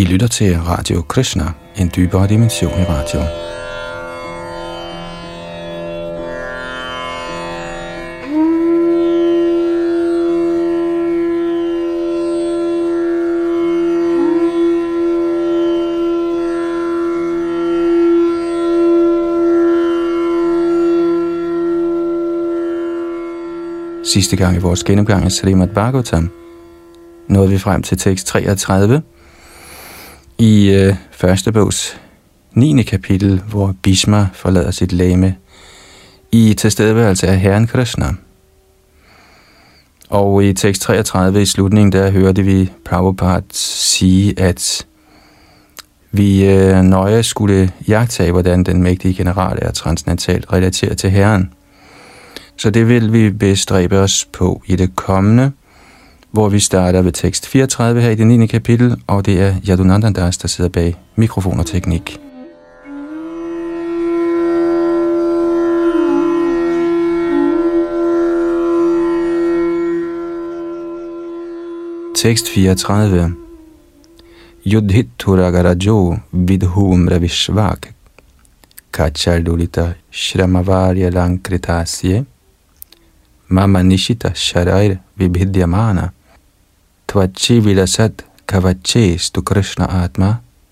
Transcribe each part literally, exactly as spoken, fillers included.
lytter til Radio Krishna, en dybere dimension i radio. Sidste gang i vores gennemgang af Srimad Bhagavatam nåede vi frem til tekst treogtredive i øh, første bogs niende kapitel, hvor Bhishma forlader sit legeme i tilstedeværelse af Herren Krishna. Og i tekst treogtredive i slutningen, der hørte vi Prabhupada sige, at vi øh, nøje skulle iagttage, hvordan den mægtige general er transcendentalt relateret til Herren. Så det vil vi bestræbe os på i det kommende, hvor vi starter ved tekst fireogtredive her i det niende kapitel, og det er Yadunandan Das, der sidder bag mikrofon og teknik. Tekst fireogtredive. Yudhit turagarajo vidhum ravishvak kachaldulita shramavarya lankritasye Mama nishita sharair vibhidyamana tvachi vilasat kavaches tu Krishna atma.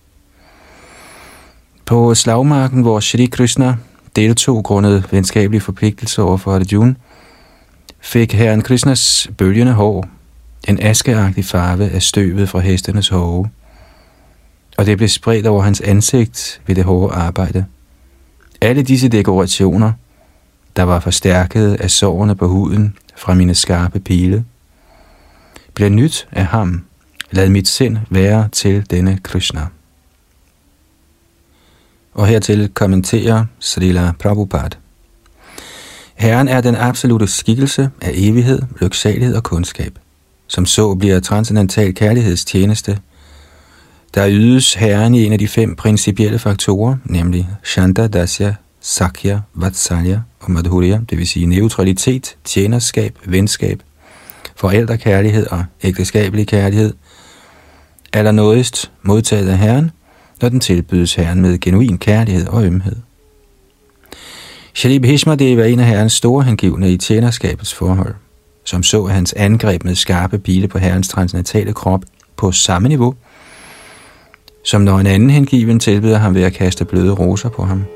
På slagmarken, hvor Shri Krishna deltog grundet venskabelig forpligtelse over for Arjuna, fik Herren Krishnas bølgende hår en askeagtig farve af støvet fra hestenes hove, og det blev spredt over hans ansigt ved det hårde arbejde. Alle disse dekorationer, der var forstærket af sårene på huden fra mine skarpe pile, blev nyt af ham. Lad mit sind være til denne Krishna. Og hertil kommenterer Srila Prabhupada. Herren er den absolute skikkelse af evighed, lyksalighed og kundskab, som så bliver transcendental kærlighedstjeneste, der ydes Herren i en af de fem principielle faktorer, nemlig Shanta, Dasya, Sakya, Vatsalya og Madhurya, det vil sige neutralitet, tjenerskab, venskab, forældrekærlighed og ægteskabelig kærlighed, allernådigst modtaget af Herren, når den tilbydes Herren med genuin kærlighed og ømhed. Shri Bhishmadeva er en af Herrens store hengivne i tjenerskabets forhold, som så hans angreb med skarpe pile på Herrens transcendentale krop på samme niveau, som når en anden hengiven tilbyder ham ved at kaste bløde roser på ham.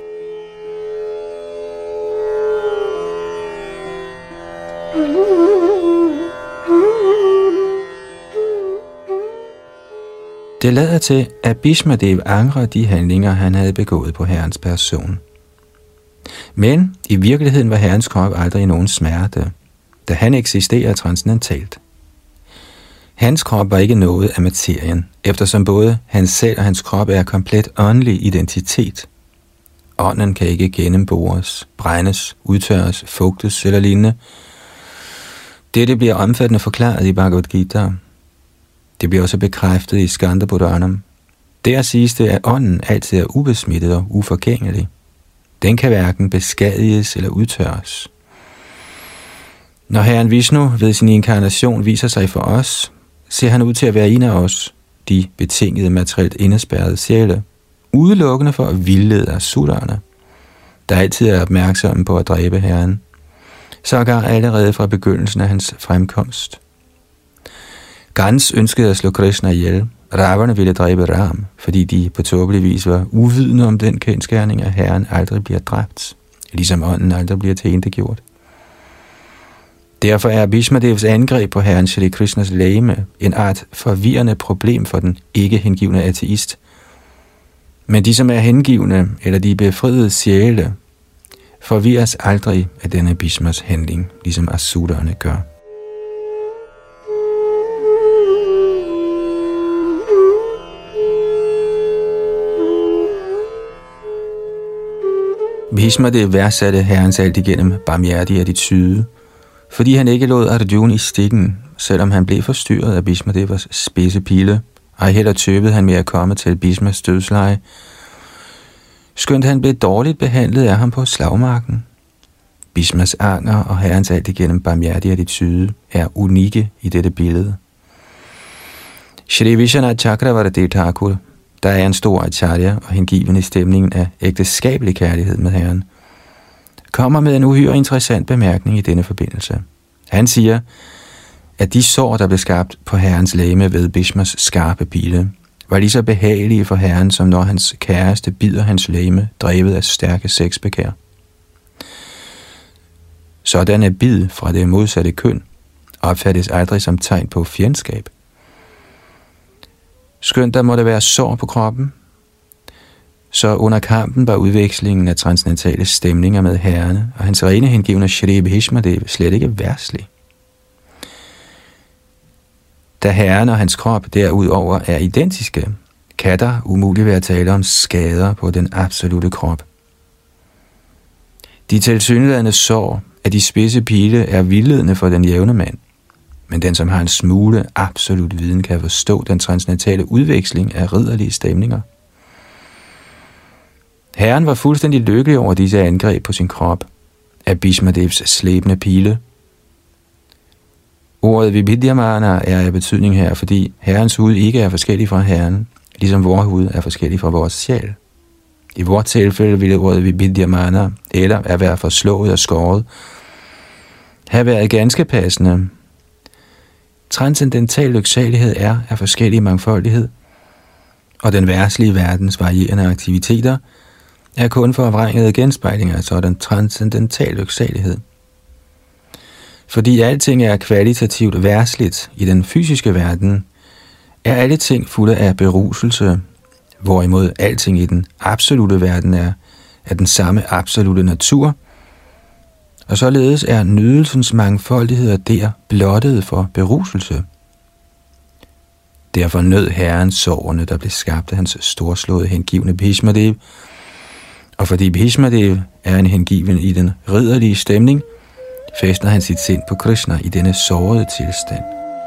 Det lader til, at Bhishmadev angrer de handlinger, han havde begået på Herrens person. Men i virkeligheden var Herrens krop aldrig nogen smerte, da han eksisterer transcendentalt. Hans krop var ikke noget af materien, eftersom både hans selv og hans krop er komplet åndelig identitet. Ånden kan ikke gennembores, brændes, udtørres, fugtes eller lignende. Dette bliver omfattende forklaret i Bhagavad Gita. Det bliver også bekræftet i Skanda Puranam. Der siges det, at ånden altid er ubesmittet og uforgængelig. Den kan hverken beskadiges eller udtørres. Når Herren Vishnu ved sin inkarnation viser sig for os, ser han ud til at være en af os, de betingede materielt indespærrede sjæle, udelukkende for at vildlede asurerne, der altid er opmærksomme på at dræbe Herren, sågar allerede fra begyndelsen af hans fremkomst. Gans ønskede at slå Krishna ihjel. Ravana ville dræbe Ram, fordi de på tåbelig vis var uvidende om den kendsgerning, at Herren aldrig bliver dræbt, ligesom ånden aldrig bliver tilintetgjort. Derfor er Bhishmadevs angreb på Herren Shri Krishnas legeme en art forvirrende problem for den ikke hengivne ateist. Men de, som er hengivne, eller de befriede sjæle, forvirres aldrig af denne Bhishmas handling, ligesom asurerne gør. Bhishmadev værdsatte Herrens alt igennem barmhjertige attitude, fordi han ikke lod Arjuna i stikken, selvom han blev forstyrret af Bhishmadevas spidse pile, ej heller tøvede han med at komme til Bhishmas dødsleje, skønt han blev dårligt behandlet af ham på slagmarken. Bhishmas anger og Herrens alt igennem barmhjertige attitude er unikke i dette billede. Shri Vishwanath Chakravarti Thakur der er en stor acharya og hengiven i stemningen af ægteskabelig kærlighed med Herren, kommer med en uhyre interessant bemærkning i denne forbindelse. Han siger, at de sår, der blev skabt på Herrens legeme ved Bhishmas skarpe pile, var lige så behagelige for Herren, som når hans kæreste bider hans legeme, drevet af stærke sexbegær. Sådanne bid fra det modsatte køn opfattes aldrig som tegn på fjendskab. Skønt der måtte være sår på kroppen, så under kampen var udvekslingen af transcendentale stemninger med herrene og hans rene hengivne Shri Bhishmadev slet ikke værslig. Da herren og hans krop derudover er identiske, kan der umuligt være tale om skader på den absolute krop. De tilsyneladende sår af de spidse pile er vildledende for den jævne mand, men den, som har en smule absolut viden, kan forstå den transcendentale udveksling af ridderlige stemninger. Herren var fuldstændig lykkelig over disse angreb på sin krop af Bhishmadevs slæbende pile. Ordet Vibhidyamana er af betydning her, fordi herrens hud ikke er forskellig fra herren, ligesom vores hud er forskellig fra vores sjæl. I vores tilfælde ville ordet Vibhidyamana, eller at være forslået og skåret, have været ganske passende. Transcendental lyksalighed er af forskellig mangfoldighed, og den verdslige verdens varierende aktiviteter er kun forvrængede genspejlinger af sådan transcendental lyksalighed. Fordi alting er kvalitativt verdsligt i den fysiske verden, er alle ting fulde af beruselse, hvorimod alting i den absolute verden er af den samme absolute natur, og således er nydelsens mangfoldigheder der blottet for beruselse. Derfor nød herren sårene, der blev skabt af hans storslåede hengivne Bhishmadev, og fordi Bhishmadev er en hengiven i den ridderlige stemning, fæstner han sit sind på Krishna i denne sårede tilstand.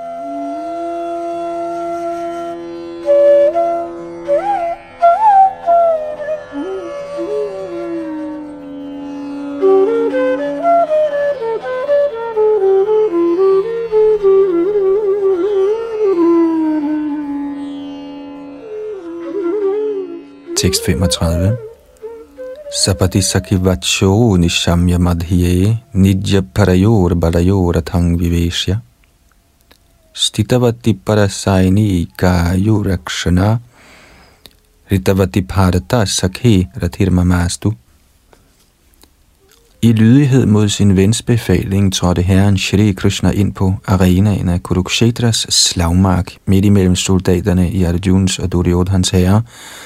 Tekst femogtredive. Sapati sakivacho nishamya madhye nidya parayor balayor atang viveshya stitavati parasaini kayurakshana ritavati bharata sakhe rathirmamastu. I lydighed mod sin vens befaling trådte herren Shri Krishna ind på arenaen af Kurukshetras slagmark midt imellem soldaterne i Arjuns og Duryodhans herre.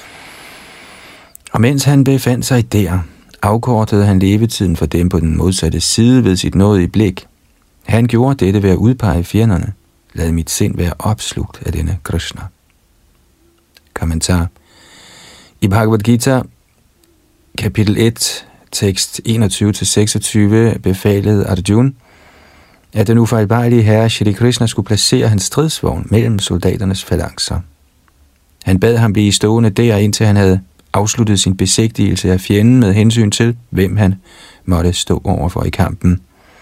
Og mens han befandt sig der, afkortede han levetiden for dem på den modsatte side ved sit nådige blik. Han gjorde dette ved at udpege fjenderne. Lad mit sind være opslugt af denne Krishna. Kommentar. I Bhagavad Gita, kapitel et, tekst enogtyve til seksogtyve, befalede Arjuna, at den ufejlbarlige herre Shri Krishna skulle placere hans stridsvogn mellem soldaternes falancer. Han bad ham blive stående der, indtil han havde afsluttede sin besigtigelse af fjenden med hensyn til, hvem han måtte stå overfor i kampen.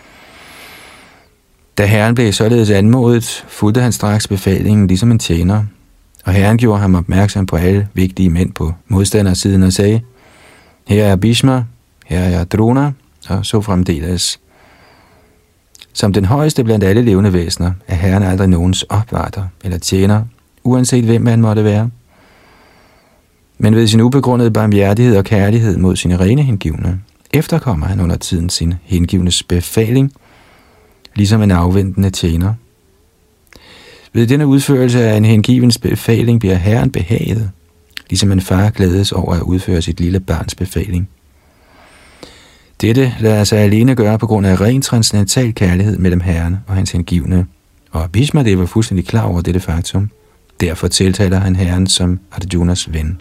Da herren blev således anmodet, fulgte han straks befalingen ligesom en tjener, og herren gjorde ham opmærksom på alle vigtige mænd på modstandersiden og sagde, her er Bhishma, her er Drona, og så fremdeles. Som den højeste blandt alle levende væsener, er herren aldrig nogens opvarter eller tjener, uanset hvem man måtte være. Men ved sin ubegrundede barmhjertighed og kærlighed mod sine rene hengivne, efterkommer han under tiden sin hengivnes befaling, ligesom en afventende tjener. Ved denne udførelse af en hengivens befaling bliver herren behaget, ligesom en far glædes over at udføre sit lille barns befaling. Dette lader sig alene gøre på grund af ren transcendental kærlighed mellem herren og hans hengivne, og Bhishmadev var fuldstændig klar over dette faktum. Derfor tiltaler han herren som Arjunas ven.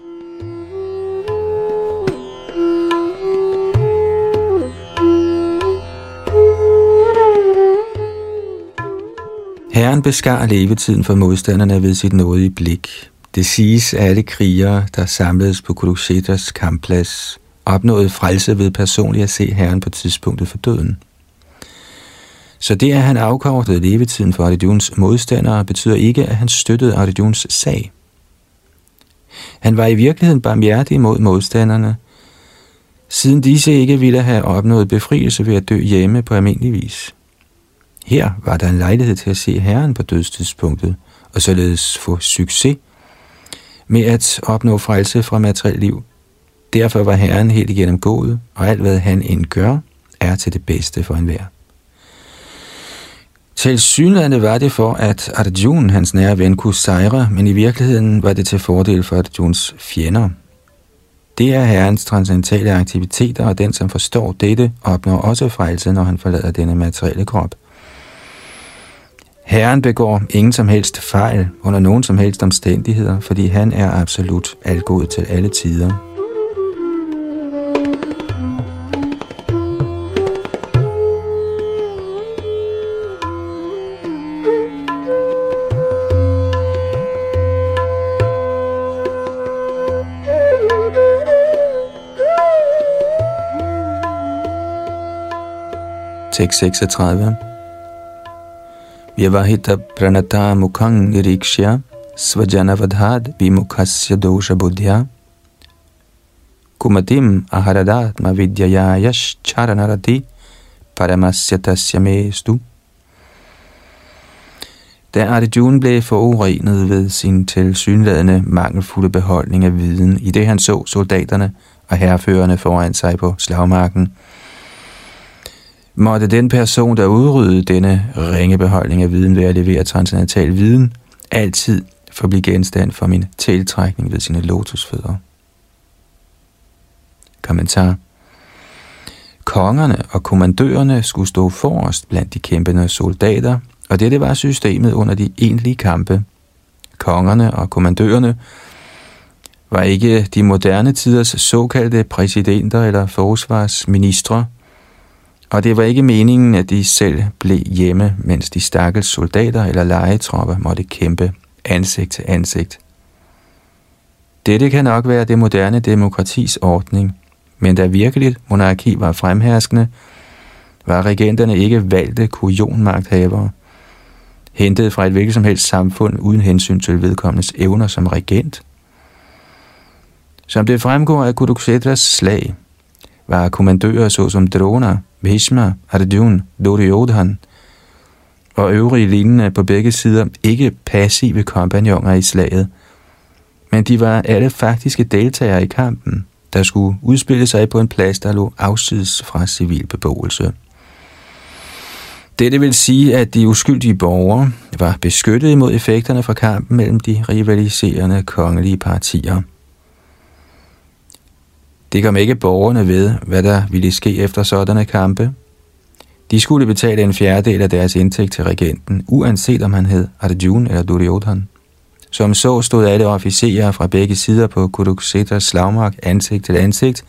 Herren beskar levetiden for modstanderne ved sit nådige blik. Det siges, at alle krigere, der samledes på Kuruksetras kampplads, opnåede frelse ved personligt at se herren på tidspunktet for døden. Så det, at han afkortede levetiden for Arjuns modstandere, betyder ikke, at han støttede Arjuns sag. Han var i virkeligheden barmhjertig mod modstanderne, siden disse ikke ville have opnået befrielse ved at dø hjemme på almindelig vis. Her var der en lejlighed til at se Herren på dødstidspunktet, og således få succes med at opnå frelse fra materielt liv. Derfor var Herren helt igennem god, og alt hvad han end gør, er til det bedste for enhver. Tilsyneladende var det for, at Arjuna, hans nære ven, kunne sejre, men i virkeligheden var det til fordel for Arjunas fjender. Det er Herrens transcendentale aktiviteter, og den, som forstår dette, opnår også frelse, når han forlader denne materielle krop. Herren begår ingen som helst fejl under nogen som helst omstændigheder, fordi han er absolut algod til alle tider. Tekst seksogtredive. Vyavahita pranata mukhang nirikshya svajanavadhad vimukhasya dosha buddhya kumatim aharadatma vidyayayash charanarati paramasya tasya mestu. Da Arjuna blev forurenet ved sin tilsyneladende mangelfulde beholdning af viden, i det han så soldaterne og hærførerne foran sig på slagmarken, måtte den person, der udryddede denne ringe beholdning af viden ved at levere transcendental viden, altid forblive genstand for min tiltrækning ved sine lotusfødder. Kommentar. Kongerne og kommandørerne skulle stå forrest blandt de kæmpende soldater, og dette var systemet under de egentlige kampe. Kongerne og kommandørerne var ikke de moderne tiders såkaldte præsidenter eller forsvarsministre, og det var ikke meningen, at de selv blev hjemme, mens de stakkels soldater eller lejetropper måtte kæmpe ansigt til ansigt. Dette kan nok være det moderne demokratis ordning, men da virkelig monarki var fremherskende, var regenterne ikke valgte kujonmagthavere, hentet fra et hvilket som helst samfund uden hensyn til vedkommendes evner som regent. Som det fremgår af Kuruksetras slag, var kommandører såsom Drona, Bhishma, Arjuna, Duryodhan og øvrige lignende på begge sider ikke passive kompagnoner i slaget, men de var alle faktiske deltagere i kampen, der skulle udspille sig på en plads, der lå afsides fra civil beboelse. Dette vil sige, at de uskyldige borgere var beskyttet imod effekterne fra kampen mellem de rivaliserende kongelige partier. Det kom ikke borgerne ved, hvad der ville ske efter sådanne kampe. De skulle betale en fjerdedel af deres indtægt til regenten, uanset om han hed Arjuna eller Duryodhan. Som så stod alle officerer fra begge sider på Kuruksetras slagmark ansigt til ansigt,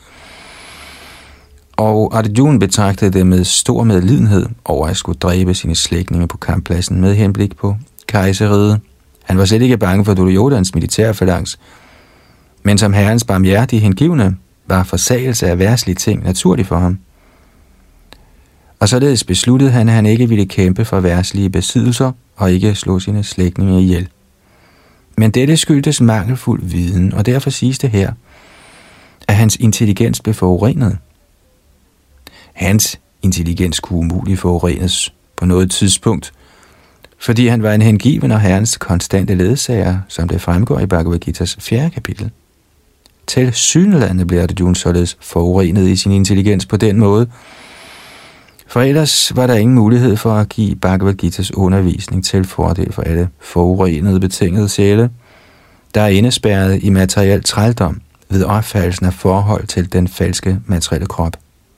og Arjuna betragtede det med stor medlidenhed over at skulle dræbe sine slægtninge på kamppladsen med henblik på kejseriet. Han var slet ikke bange for Duryodhans militærphalanx, men som herrens barmhjertige hengivne var forsagelse af verdslige ting naturligt for ham. Og således besluttede han, at han ikke ville kæmpe for verdslige besiddelser og ikke slå sine slægtninge ihjel. Men dette skyldtes mangelfuld viden, og derfor siges det her, at hans intelligens blev forurenet. Hans intelligens kunne umuligt forurenes på noget tidspunkt, fordi han var en hengiven og herrens konstante ledsager, som det fremgår i Bhagavad Gitas fjerde kapitel. Tilsyneladende blev Arjuna således forurenet i sin intelligens på den måde, for ellers var der ingen mulighed for at give Bhagavad Gitas undervisning til fordel for alle forurenede betingede sjæle, der er indespærret i materiel trældom ved opfattelsen af forhold til den falske materielle krop.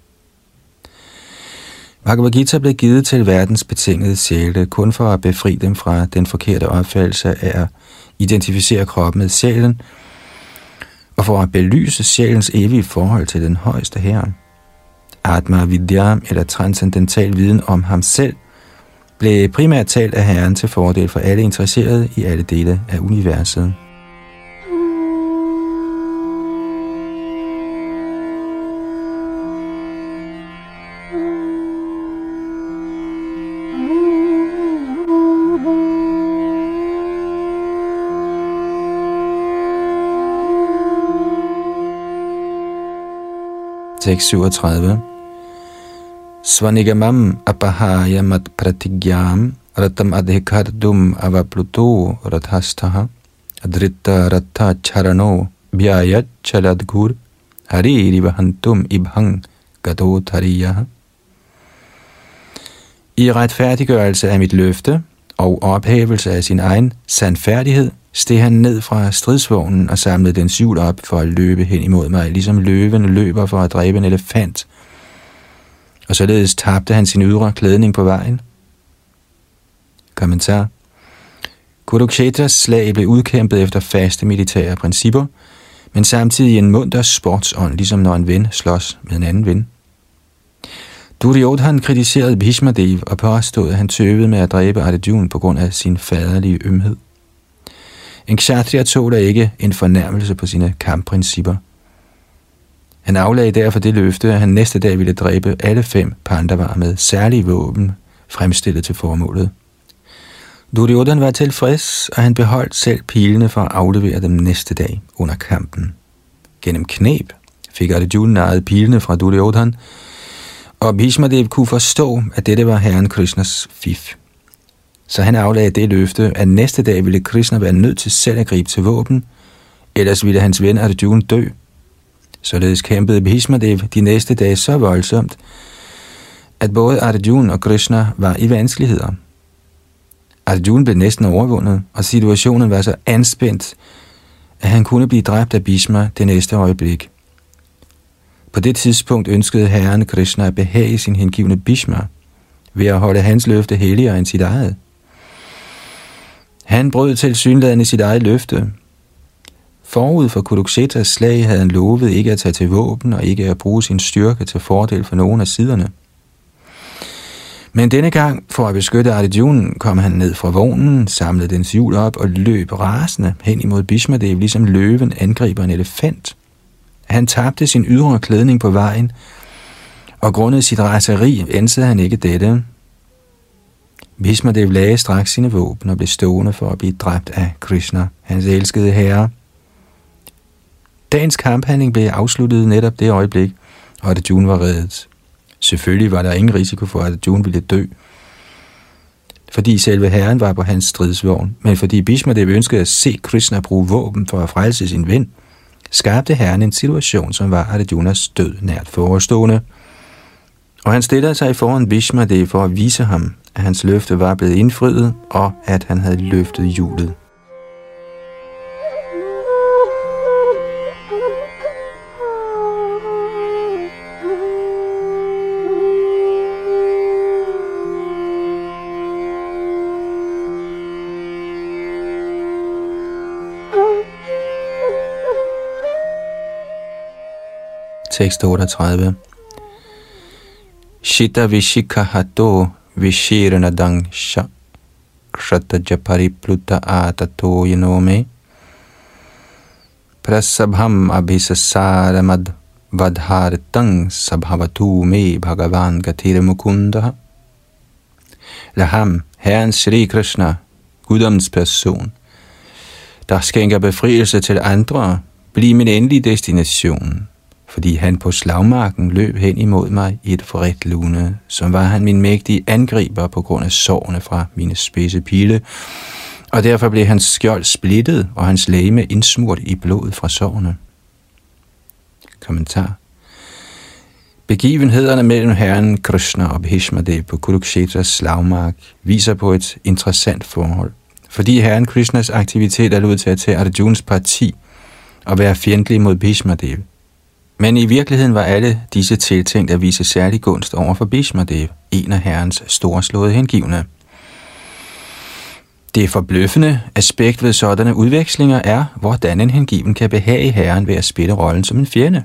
Bhagavad Gita blev givet til verdens betingede sjæle kun for at befri dem fra den forkerte opfattelse af at identificere kroppen med sjælen, og for at belyse sjælens evige forhold til den højeste herre. Atma Vidya, eller transcendental viden om ham selv, blev primært talt af herren til fordel for alle interesserede i alle dele af universet. Tekst syvogtredive. Svanigamam apahayamat pratigyam ratam adhikardum avapluto rathastaha adritta rattha charano bhyayat chaladgur hari rivahantum ibhang gadot hariyaha. I retfærdiggørelse af mit løfte og ophævelse af sin egen sandfærdighed, steg han ned fra stridsvognen og samlede dens hjul op for at løbe hen imod mig, ligesom løven løber for at dræbe en elefant. Og således tabte han sin ydre klædning på vejen. Kommentar. Kurukshetras slag blev udkæmpet efter faste militære principper, men samtidig en munter sportsånd, ligesom når en ven slås med en anden ven. Duryodhan kritiserede Bhishmadev og påstod, at han tøvede med at dræbe Arjuna på grund af sin faderlige ømhed. En kshatriya tog der ikke en fornærmelse på sine kampprincipper. Han aflagde derfor det løfte, at han næste dag ville dræbe alle fem pandavaer med særlige våben, fremstillet til formålet. Duryodhan var tilfreds, og han beholdt selv pilene for at aflevere dem næste dag under kampen. Gennem kneb fik Arjuna narret pilene fra Duryodhan, og Bhishmadev kunne forstå, at dette var herren Krishnas fif. Så han aflagde det løfte, at næste dag ville Krishna være nødt til selv at gribe til våben, ellers ville hans ven Arjuna dø. Således kæmpede Bhishmadev de næste dage så voldsomt, at både Arjuna og Krishna var i vanskeligheder. Arjuna blev næsten overvundet, og situationen var så anspændt, at han kunne blive dræbt af Bhishma det næste øjeblik. På det tidspunkt ønskede herren Krishna at behage sin hengivne Bhishma ved at holde hans løfte helligere end sit eget. Han brød tilsyneladende sit eget løfte. Forud for Kuruksetras slag havde han lovet ikke at tage til våben og ikke at bruge sin styrke til fordel for nogen af siderne. Men denne gang, for at beskytte Arjuna, kom han ned fra vognen, samlede dens hjul op og løb rasende hen imod Bhishmadev, ligesom løven angriber en elefant. Han tabte sin ydre klædning på vejen, og grundet sit raseri ænsede han ikke dette. Bhishmadev lagde straks sine våben og blev stående for at blive dræbt af Krishna, hans elskede herre. Dagens kamphandling blev afsluttet netop det øjeblik, og Arjuna var reddet. Selvfølgelig var der ingen risiko for, at Arjuna ville dø, fordi selve herren var på hans stridsvogn, men fordi Bhishmadev ønskede at se Krishna bruge våben for at frelse sin ven, skabte herren en situation, som var Arjunas død nært forestående, og han stillede sig foran Bhishmadev for at vise ham, at hans løfte var blevet indfriet, og at han havde løftet hjulet. Tekst otteogtredive. Shita vishikahato vishiranadang sha kshataja paripluta atato yanome prasabham abhisasaramad vadhartang sabhavatu me bhagavan gatire mukunda. Lad ham, herren Shri Krishna, Guddoms person, der skænker befrielse til andre, blive min endelige destination, fordi han på slagmarken løb hen imod mig i et forredt lune, som var han min mægtige angriber på grund af sårene fra mine spidse pile, og derfor blev hans skjold splittet, og hans legeme indsmurt i blodet fra sårene. Kommentar. Begivenhederne mellem herren Krishna og Bhishmadev på Kuruksetras slagmark viser på et interessant forhold, fordi herren Krishnas aktiviteter lod til at tage Arjunas parti og være fjendtlig mod Bhishmadev. Men i virkeligheden var alle disse tiltænkt at vise særlig gunst over for Bhishmadev, en af herrens storslåede hengivne. Det forbløffende aspekt ved sådanne udvekslinger er, hvordan en hengiven kan behage herren ved at spille rollen som en fjende.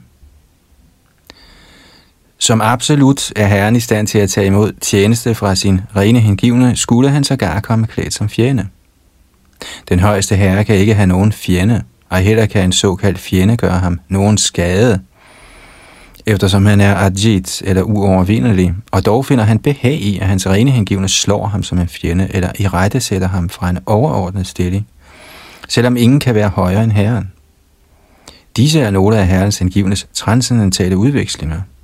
Som absolut er herren i stand til at tage imod tjeneste fra sin rene hengivne, skulle han sågar komme klædt som fjende. Den højeste herre kan ikke have nogen fjende, og heller kan en såkaldt fjende gøre ham nogen skade, eftersom han er ajit eller uovervindelig, og dog finder han behag i, at hans rene hengivne slår ham som en fjende eller irettesætter ham fra en overordnet stilling, selvom ingen kan være højere end herren. Disse er nogle af herrens hengivnes transcendentale udvekslinger.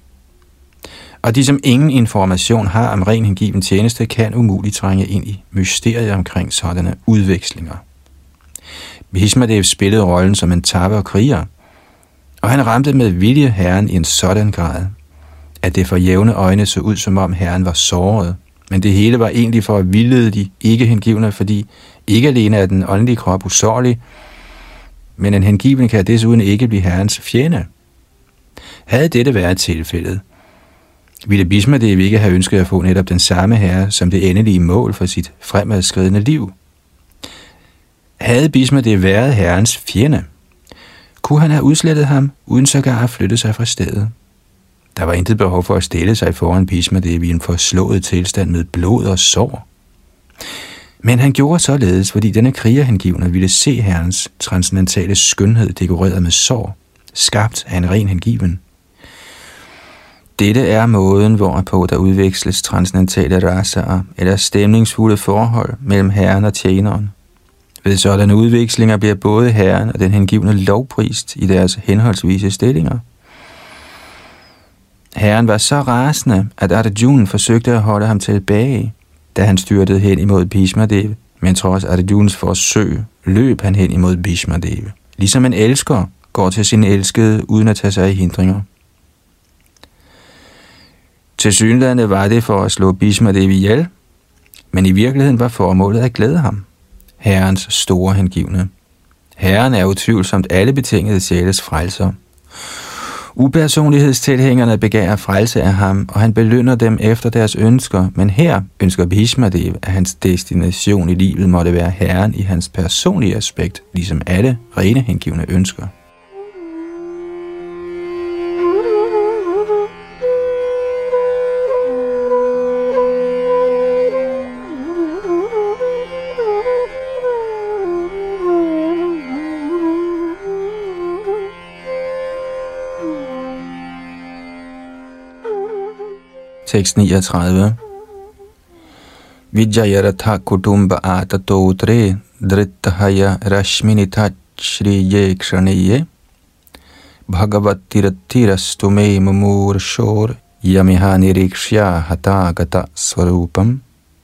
og de, som ingen information har om ren hengiven tjeneste, kan umuligt trænge ind i mysteriet omkring sådanne udvekslinger. Bhishmadev spillede rollen som en tapper kriger, og han ramte med vilje herren i en sådan grad, at det for jævne øjne så ud, som om herren var såret. Men det hele var egentlig for at vildlede de ikke hengivne, fordi ikke alene er den åndelige krop usårlig, men en hengiven kan desuden ikke blive herrens fjende. Havde dette været tilfældet, ville Bhishmadev ikke have ønsket at få netop den samme herre som det endelige mål for sit fremadskridende liv. Havde Bhishmadev været herrens fjende, kunne han have udslettet ham, uden sågar at flytte sig fra stedet. Der var intet behov for at stille sig foran Bhishmadev i en forslået tilstand med blod og sår. Men han gjorde således, fordi denne krigerhengivne ville se herrens transcendentale skønhed dekoreret med sår, skabt af en ren hengiven. Dette er måden, hvorpå der udveksles transcendentale raser eller stemningsfulde forhold mellem herren og tjeneren. Ved sådanne udvekslinger bliver både herren og den hengivne lovprist i deres henholdsvise stillinger. Herren var så rasende, at Arjuna forsøgte at holde ham tilbage, da han styrtede hen imod Bhishmadev, men trods Arjunas forsøg løb han hen imod Bhishmadev, ligesom en elsker går til sin elskede uden at tage sig i hindringer. Tilsyneladende var det for at slå Bhishmadev ihjel, men i virkeligheden var formålet at glæde ham, herrens store hengivne. Herren er utvivlsomt alle betingede sjæles frelser. Upersonlighedstilhængerne begærer frelse af ham, og han belønner dem efter deres ønsker, men her ønsker Bhishmadev, at hans destination i livet måtte være herren i hans personlige aspekt, ligesom alle rene hengivne ønsker. Tekst niogtredive. Vijayaratha kutumba atatotre drittahaya rashminita shriye kshaniye bhagavatirattirastume mumurshor yamiha nirikshya hatagata svarupam.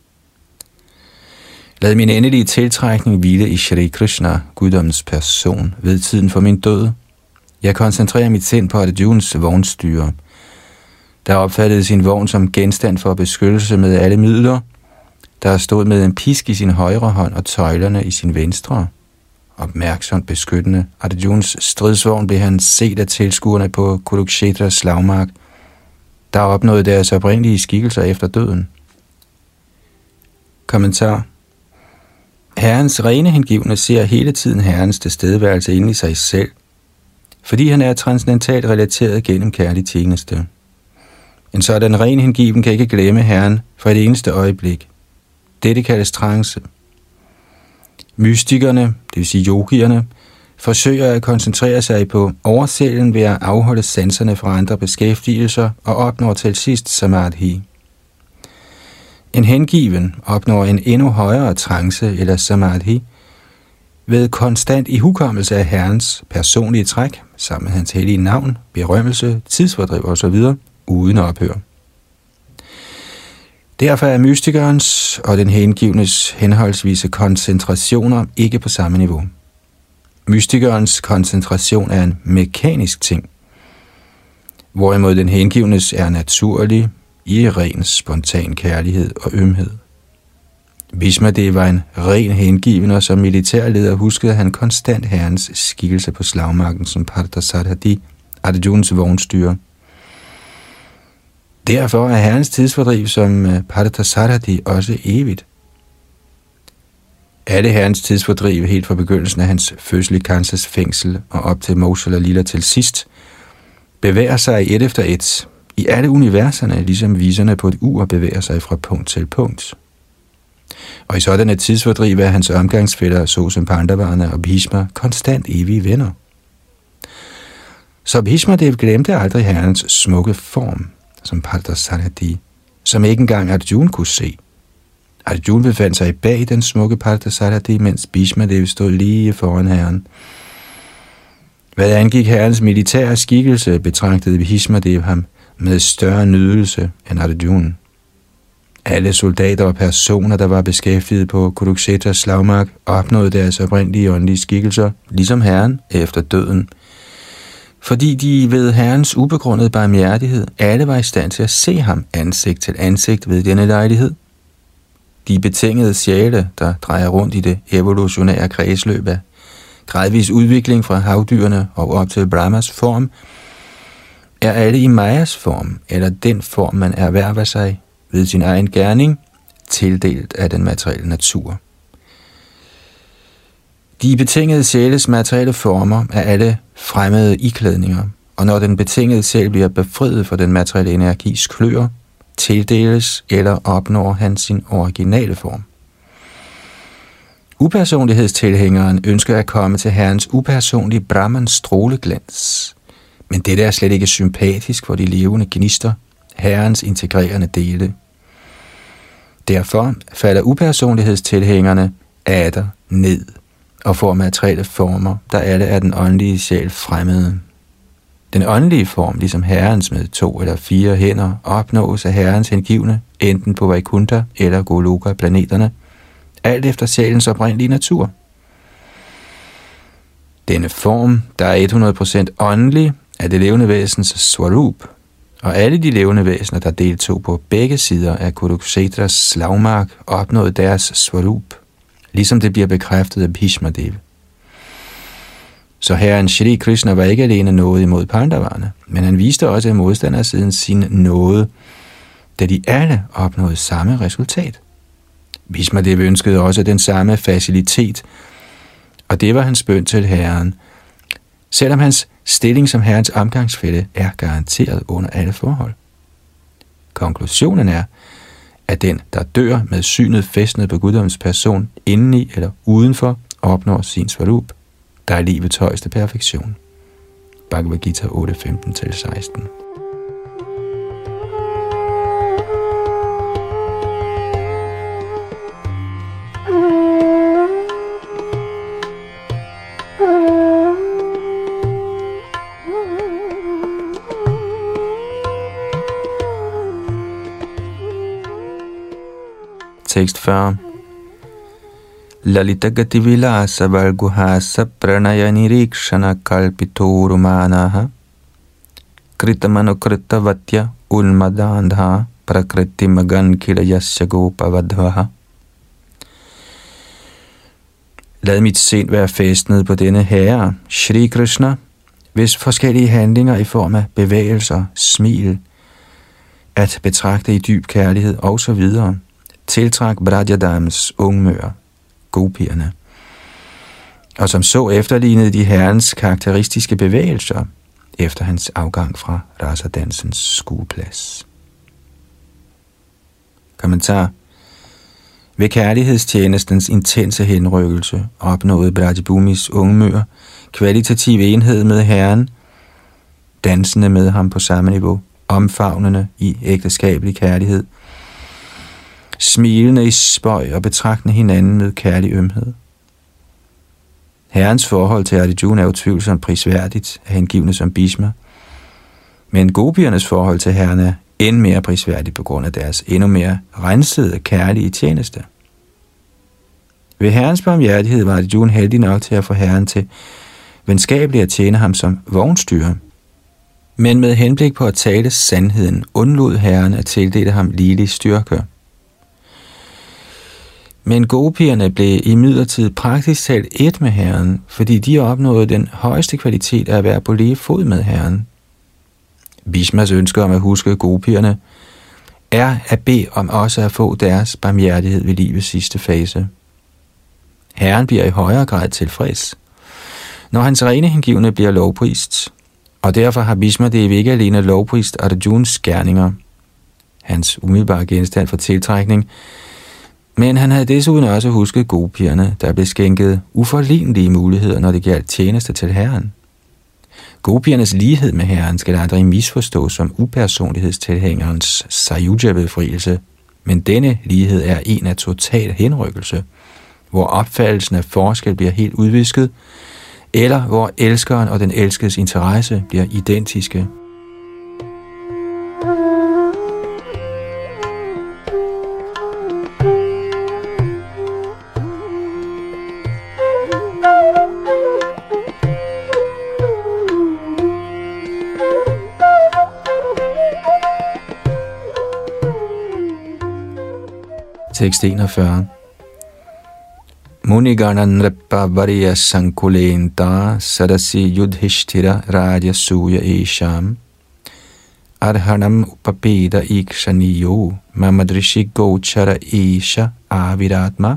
Lad min endelige tiltrækning hvile i Shri Krishna, guddommens person, ved tiden for min død. Jeg koncentrerer mit sind på Arjunas vognstyre, der opfattede sin vogn som genstand for beskyttelse med alle midler, der stod med en pisk i sin højre hånd og tøjlerne i sin venstre. Opmærksomt beskyttende Arjunas stridsvogn blev han set af tilskuerne på Kurukshetras slagmark, der opnåede deres oprindelige skikkelser efter døden. Kommentar. Herrens rene hengivne ser hele tiden herrens tilstedeværelse inde i sig selv, fordi han er transcendentalt relateret gennem kærlig tjeneste. En sådan ren hengiven kan ikke glemme herren for et eneste øjeblik. Dette kaldes trance. Mystikerne, det vil sige yogierne, forsøger at koncentrere sig på oversælen ved at afholde sanserne fra andre beskæftigelser og opnår til sidst samadhi. En hengiven opnår en endnu højere trance eller samadhi ved konstant ihukommelse af herrens personlige træk, sammen med hans hellige navn, berømmelse, tidsfordriv osv., uden ophør. Derfor er mystikernes og den hengivnes henholdsvise koncentrationer ikke på samme niveau. Mystikernes koncentration er en mekanisk ting, hvorimod den hengivnes er naturlig, i ren spontan kærlighed og ømhed. Bhishmadev var en ren hengiven, og som militærleder huskede han konstant herrens skikkelse på slagmarken som Parthasarathi, Arjunas vognstyre. Derfor er herrens tidsfordriv som Parthasarathi også evigt. Alle herrens tidsfordriv helt fra begyndelsen af hans fødsel i Kansas fængsel og op til Mosul og Lila til sidst, bevæger sig et efter et i alle universerne, ligesom viserne på et ur bevæger sig fra punkt til punkt. Og i sådanne tidsfordriv er hans omgangsfæller, såsom Pandavarna og Bhishma, konstant evige venner. Så Bhishmadev glemte aldrig herrens smukke form, som Parthasarathi, som ikke engang Arjuna kunne se. Arjuna befandt sig bag den smukke Parthasarathi, mens Bhishmadev stod lige foran herren. Hvad angik herrens militære skikkelse, betragtede Bhishmadev ham med større nydelse end Arjuna. Alle soldater og personer, der var beskæftiget på Kuruksetras slagmark, opnåede deres oprindelige åndelige skikkelser, ligesom Herren efter døden. Fordi de ved Herrens ubegrundede barmhjertighed, alle var i stand til at se ham ansigt til ansigt ved denne lejlighed. De betingede sjæle, der drejer rundt i det evolutionære kredsløb af gradvis udvikling fra havdyrene og op til Brahmas form, er alle i Mayas form, eller den form, man erhverver sig ved sin egen gerning, tildelt af den materielle natur. De betingede sjæles materielle former er alle fremmede iklædninger, og når den betingede sjæl bliver befriet fra den materielle energis kløer, tildeles eller opnår han sin originale form. Upersonlighedstilhængeren ønsker at komme til Herrens upersonlige Brahmans stråleglans, men dette er slet ikke sympatisk for de levende gnister, Herrens integrerende dele. Derfor falder upersonlighedstilhængerne atter ned og får materielle former, der alle er den åndelige sjæl fremmede. Den åndelige form, ligesom Herrens med to eller fire hænder, opnås af Herrens hengivne, enten på Vaikuntha eller Goloka-planeterne, alt efter sjælens oprindelige natur. Denne form, der er hundrede procent åndelig, er det levende væsens swarup, og alle de levende væsener, der deltog på begge sider af Kuruksetras slagmark, opnåede deres swarup, ligesom det bliver bekræftet af Bhishmadeva. Så Herren Shri Krishna var ikke alene noget imod Pandavarne, men han viste også af modstandersiden sin nåde, da de alle opnåede samme resultat. Bhishmadeva ønskede også den samme facilitet, og det var hans bøn til Herren, selvom hans stilling som Herrens omgangsfælle er garanteret under alle forhold. Konklusionen er, at den, der dør med synet fæstnet på guddommens person, indeni eller udenfor, opnår sin swarup, der er livets højeste perfektion. Bhagavad Gita otte femten til seksten. Tekst fyrre. Lalita gati vilasa valguhasa pranaya nirikshana kalpitorumanaha kritamanukritta vatya ulmadandha prakriti magan kilayasya gopavadvaha. Lad mit sind være fæstnet på denne herre, Shri Krishna, hvis forskellige handlinger i form af bevægelser, smil, at betragte i dyb kærlighed osv. tiltrak Brajadams ungmør, gopierne, og som så efterlignede de herrens karakteristiske bevægelser efter hans afgang fra rasadansens skueplads. Kommentar. Ved kærlighedstjenestens intense henrykkelse opnåede Brajabumis ungmør kvalitativ enhed med herren, dansende med ham på samme niveau, omfavnende i ægteskabelig kærlighed, smilende i spøg og betragtende hinanden med kærlig ømhed. Herrens forhold til Arjuna er utvivlsomt prisværdigt af hengivne som Bhishma, men gopiernes forhold til herren er end mere prisværdigt på grund af deres endnu mere rensede kærlige tjeneste. Ved herrens barmhjertighed var Arjuna heldig nok til at få herren til venskabeligt at tjene ham som vognstyrer, men med henblik på at tale sandheden undlod herren at tildele ham ligelig styrke. Men gopierne blev imidlertid praktisk talt et med herren, fordi de opnåede den højeste kvalitet af at være på lige fod med herren. Bhishmas ønske om at huske gopierne er at bede om også at få deres barmhjertighed ved livets sidste fase. Herren bliver i højere grad tilfreds, når hans rene hengivne bliver lovprist, og derfor har Bhishmadeva ikke alene lovprist Arjunas gerninger, hans umiddelbare genstand for tiltrækning, men han havde desuden også husket gopierne, der blev skænket uforlignelige muligheder, når det gjaldt tjeneste til herren. Gopiernes lighed med herren skal aldrig misforstås som upersonlighedstilhængerens sayuja-befrielse, men denne lighed er en af total henrykkelse, hvor opfattelsen af forskel bliver helt udvisket, eller hvor elskeren og den elskedes interesse bliver identiske. Tekst enogfyrre. Munigananrappa variya sankulenta sadasi yudhishthira rajasuya esham arhanam upapeda ikshaniyo mamadrishi gochara esha aviratma.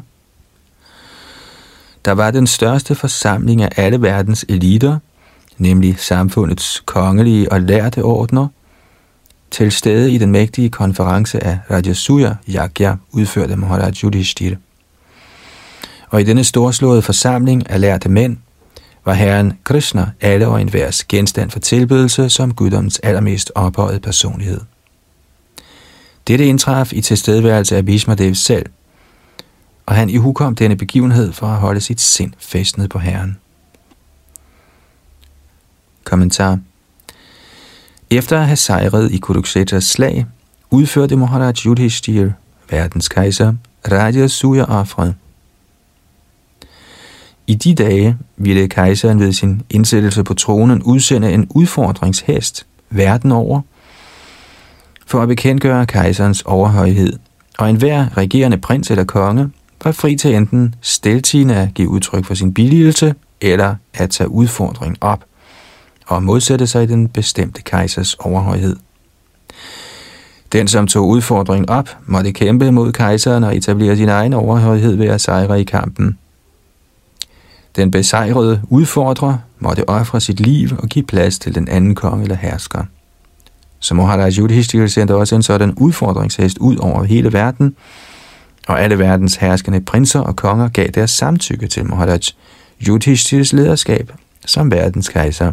Der var den største forsamling af alle verdens eliter, nemlig samfundets kongelige og lærte ordner, til stede i den mægtige konference af Rajasuya Yagya, udført af Maharaj Yudhishthira. Og i denne storslåede forsamling af lærte mænd, var Herren Krishna alle og enhvers genstand for tilbedelse som guddommens allermest ophøjede personlighed. Dette indtraf i tilstedeværelse af Bhishmadev selv, og han ihukom denne begivenhed for at holde sit sind fæstnet på Herren. Kommentar. Efter at have sejret i Kuruksetras slag, udførte Maharaj Yudhishthira, verdens kejser, Rajasuya-offret. I de dage ville kejseren ved sin indsættelse på tronen udsende en udfordringshest verden over, for at bekendtgøre kejserens overhøjhed, og enhver regerende prins eller konge var fri til enten stiltiende at give udtryk for sin billigelse, eller at tage udfordringen op og modsætte sig den bestemte kejsers overhøjhed. Den, som tog udfordringen op, måtte kæmpe mod kejseren og etablere sin egen overhøjhed ved at sejre i kampen. Den besejrede udfordrer måtte ofre sit liv og give plads til den anden konge eller hersker. Så Maharaj Yudhishthira sendte også en sådan udfordringshest ud over hele verden, og alle verdens herskende prinser og konger gav deres samtykke til Maharaj Yudhishthires lederskab som verdens kejser.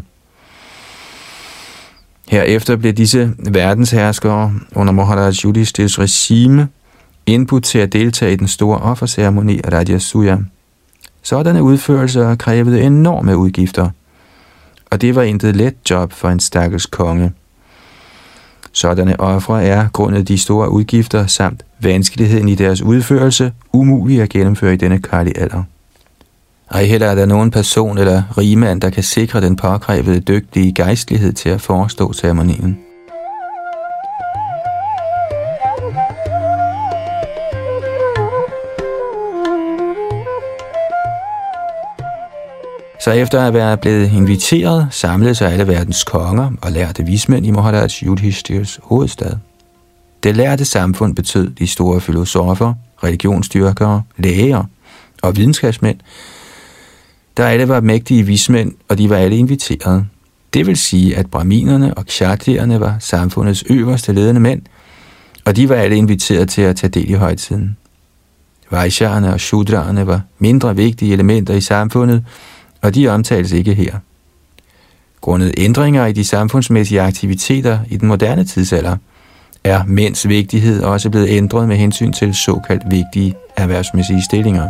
Herefter blev disse verdensherskere under Maharaj Yudhishthires regime indbudt til at deltage i den store offerceremoni af Rajasuya. Sådanne udførelser krævede enorme udgifter, og det var intet let job for en stakkels konge. Sådanne ofre er grundet de store udgifter samt vanskeligheden i deres udførelse umulige at gennemføre i denne karlige alder. Ej heller er der nogen person eller rigmand, der kan sikre den påkrævede dygtige gejstlighed til at forestå ceremonien. Så efter at være blevet inviteret, samlede sig alle verdens konger og lærte vismænd i Maharaj Yudhishthires hovedstad. Det lærte samfund betød de store filosofer, religionsdyrkere, læger og videnskabsmænd, der alle var mægtige vismænd, og de var alle inviteret. Det vil sige, at brahminerne og kshatriyerne var samfundets øverste ledende mænd, og de var alle inviteret til at tage del i højtiden. Vaishyerne og shudraerne var mindre vigtige elementer i samfundet, og de omtales ikke her. Grundet ændringer i de samfundsmæssige aktiviteter i den moderne tidsalder, er mænds vigtighed også blevet ændret med hensyn til såkaldt vigtige erhvervsmæssige stillinger.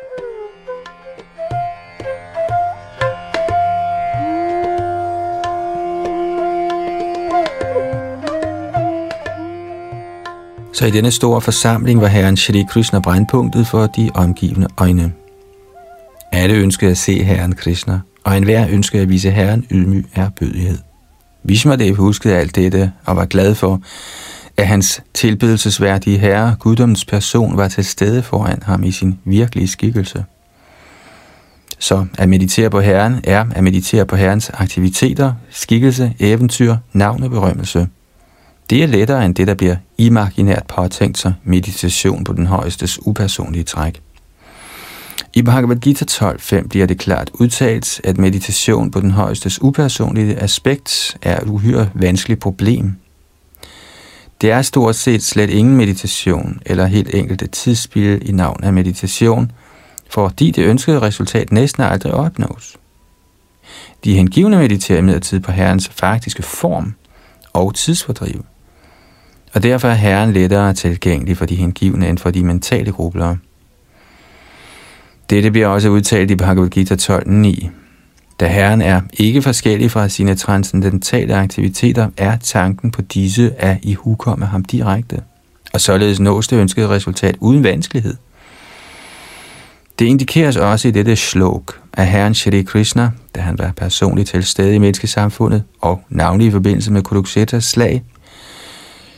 Så i denne store forsamling var Herren Shri Krishna brændpunktet for de omgivende øjne. Alle ønskede at se Herren Krishna, og enhver ønskede at vise Herren ydmyg erbødighed. Bhishmadev huskede alt dette og var glad for, at hans tilbedelsesværdige herre, guddommens person, var til stede foran ham i sin virkelige skikkelse. Så at meditere på Herren er at meditere på Herrens aktiviteter, skikkelse, eventyr, navn og berømmelse. Det er lettere end det, der bliver imaginært påtænkt sig meditation på den højestes upersonlige træk. I Bhagavad Gita tolv fem bliver det klart udtalt, at meditation på den højestes upersonlige aspekt er et uhyre vanskeligt problem. Det er stort set slet ingen meditation eller helt enkelt et tidsspilde i navn af meditation, fordi det ønskede resultat næsten aldrig opnås. De hengivne mediterer imidlertid på Herrens faktiske form og tidsfordriv, og derfor er Herren lettere tilgængelig for de hengivne end for de mentale grublere. Dette bliver også udtalt i Bhagavad Gita tolv ni. Da Herren er ikke forskellig fra sine transcendentale aktiviteter, er tanken på disse at ihukomme ham direkte, og således nås det ønskede resultat uden vanskelighed. Det indikeres også i dette shlok af Herren Shri Krishna, da han var personligt til stede i menneskesamfundet, og navnlig i forbindelse med Kuruksetras slag,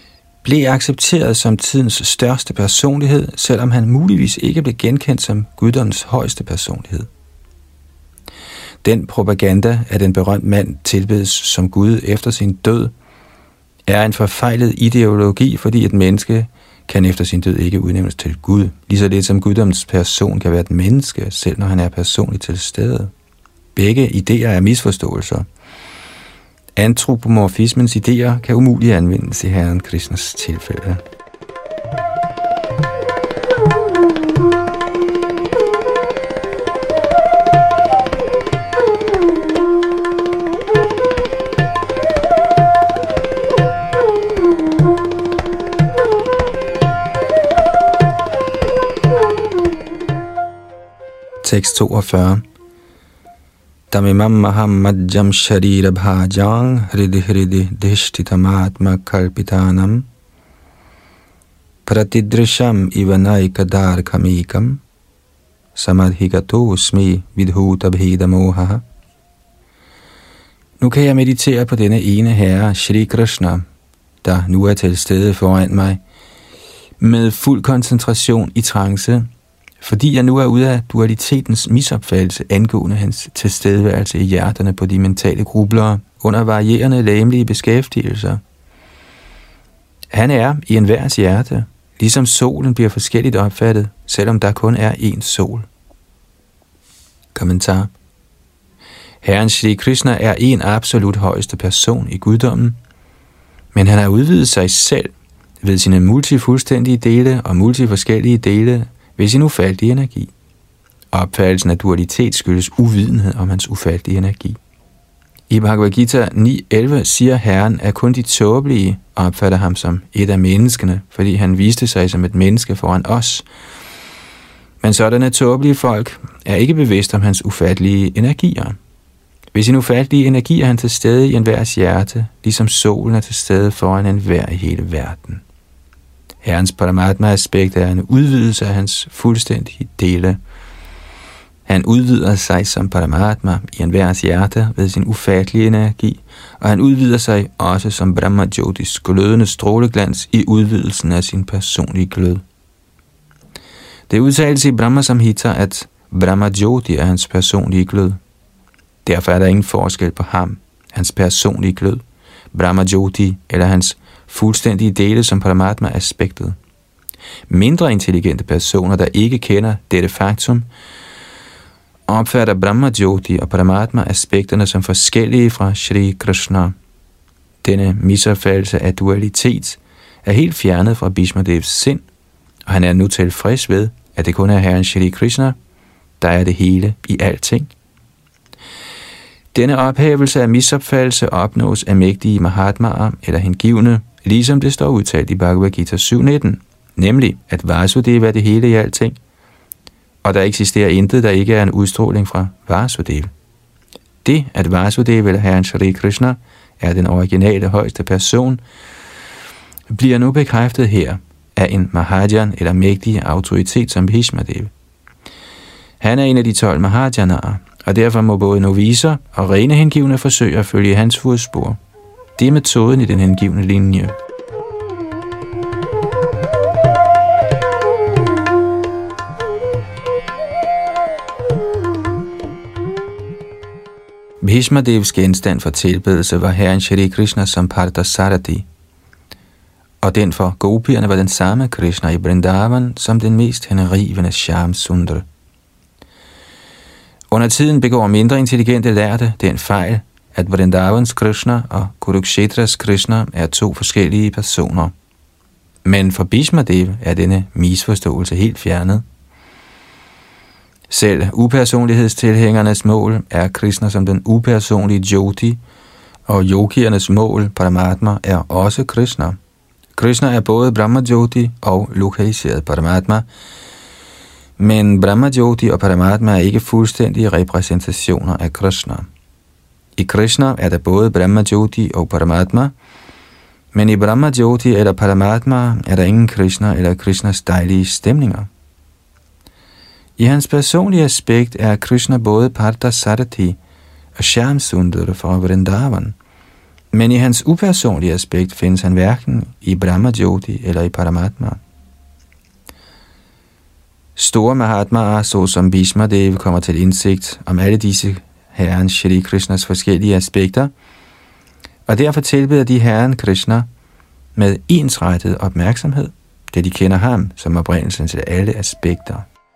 blev accepteret som tidens største personlighed, selvom han muligvis ikke blev genkendt som guddommens højeste personlighed. Den propaganda, at en berømt mand tilbedes som Gud efter sin død, er en forfejlet ideologi, fordi et menneske kan efter sin død ikke udnævnes til Gud, lige så lidt som guddommens person kan være et menneske, selv når han er personligt til stede. Begge idéer er misforståelser. Antropomorfismens idéer kan umuligt anvendes i Herren Krishnas tilfælde. Tekst toogfyrre. Tamimam mahammajjam sharira bhajang hridi hridi dhishtitamatma kalpitanam pratidrisham ivanaikadar kamikam samadhigatosmi vidhutabhedamoha. Nu kan jeg meditere på denne ene herre, Shri Krishna, der nu er til stede foran mig, med fuld koncentration i trance, fordi jeg nu er ude af dualitetens misopfattelse angående hans tilstedeværelse i hjerterne på de mentale grublere under varierende legemlige beskæftigelser. Han er i enhvers hjerte, ligesom solen bliver forskelligt opfattet, selvom der kun er én sol. Kommentar. Herren Shri Krishna er en absolut højeste person i guddommen, men han har udvidet sig selv ved sine multifuldstændige dele og multiforskellige dele ved sin ufattelige energi. Opfattelsen af dualitet skyldes uvidenhed om hans ufattelige energi. I Bhagavad Gita ni elleve siger Herren, at kun de tåbelige opfatter ham som et af menneskene, fordi han viste sig som et menneske foran os. Men sådanne tåbelige folk er ikke bevidst om hans ufattelige energier. Ved sin ufattelige energi er han til stede i enhvers hjerte, ligesom solen er til stede foran enhver i hele verden. Herrens Paramatma-aspekt er en udvidelse af hans fuldstændige dele. Han udvider sig som Paramatma i enhvers hjerte ved sin ufattelige energi, og han udvider sig også som Brahma Jyotis glødende stråleglans i udvidelsen af sin personlige glød. Det udtales i Brahma Samhita, at Brahma Jyoti er hans personlige glød. Derfor er der ingen forskel på ham, hans personlige glød, Brahma Jyoti eller hans fuldstændige dele som Paramatma-aspektet. Mindre intelligente personer, der ikke kender dette faktum, opfatter Brahma Jyoti og Paramatma-aspekterne som forskellige fra Shri Krishna. Denne misopfattelse af dualitet er helt fjernet fra Bhishmadevs sind, og han er nu tilfreds ved, at det kun er Herren Shri Krishna, der er det hele i alting. Denne ophævelse af misopfattelse opnås af mægtige Mahatmaer eller hengivne, ligesom det står udtalt i Bhagavad Gita syv nitten, nemlig at Vasudeva er det hele i alting, og der eksisterer intet, der ikke er en udstråling fra Vasudeva. Det, at Vasudeva eller Herren Shri Krishna er den originale højeste person, bliver nu bekræftet her af en Mahajan eller mægtig autoritet som Bhishmadeva. Han er en af de tolv Mahajanaer, og derfor må både novicer og rene hengivne forsøge at følge hans fodspor. Det er metoden i den hengivne linje. Bhishmadevs genstand for tilbedelse var Herren Shri Krishna som Parthasarathi, og den for gopierne var den samme Krishna i Vrindavan som den mest henrivende Shyam Sundar. Under tiden begår mindre intelligente lærte den fejl, at Vrindavans Krishna og Kurukshetras Krishna er to forskellige personer. Men for Bhishmadeva er denne misforståelse helt fjernet. Selv upersonlighedstilhængernes mål er Krishna som den upersonlige Jyoti, og yogiernes mål, Paramatma, er også Krishna. Krishna er både Brahma Jyoti og lokaliseret Paramatma, men Brahma Jyoti og Paramatma er ikke fuldstændige repræsentationer af Krishna. I Krishna er der både Brahma Jyoti og Paramatma, men i Brahma Jyoti eller Paramatma er der ingen Krishna eller Krishnas dejlige stemninger. I hans personlige aspekt er Krishna både Parthasarathi og Shyam Sundar fra Vrindavan, Men i hans upersonlige aspekt findes han hverken i Brahma Jyoti eller i Paramatma. Store Mahatmaer, såsom Bhishma Dev, kommer til indsigt om alle disse herren Shri Krishnas forskellige aspekter, og derfor tilbeder de herren Krishna med ensrettet opmærksomhed, da de kender ham som oprindelsen til alle aspekter.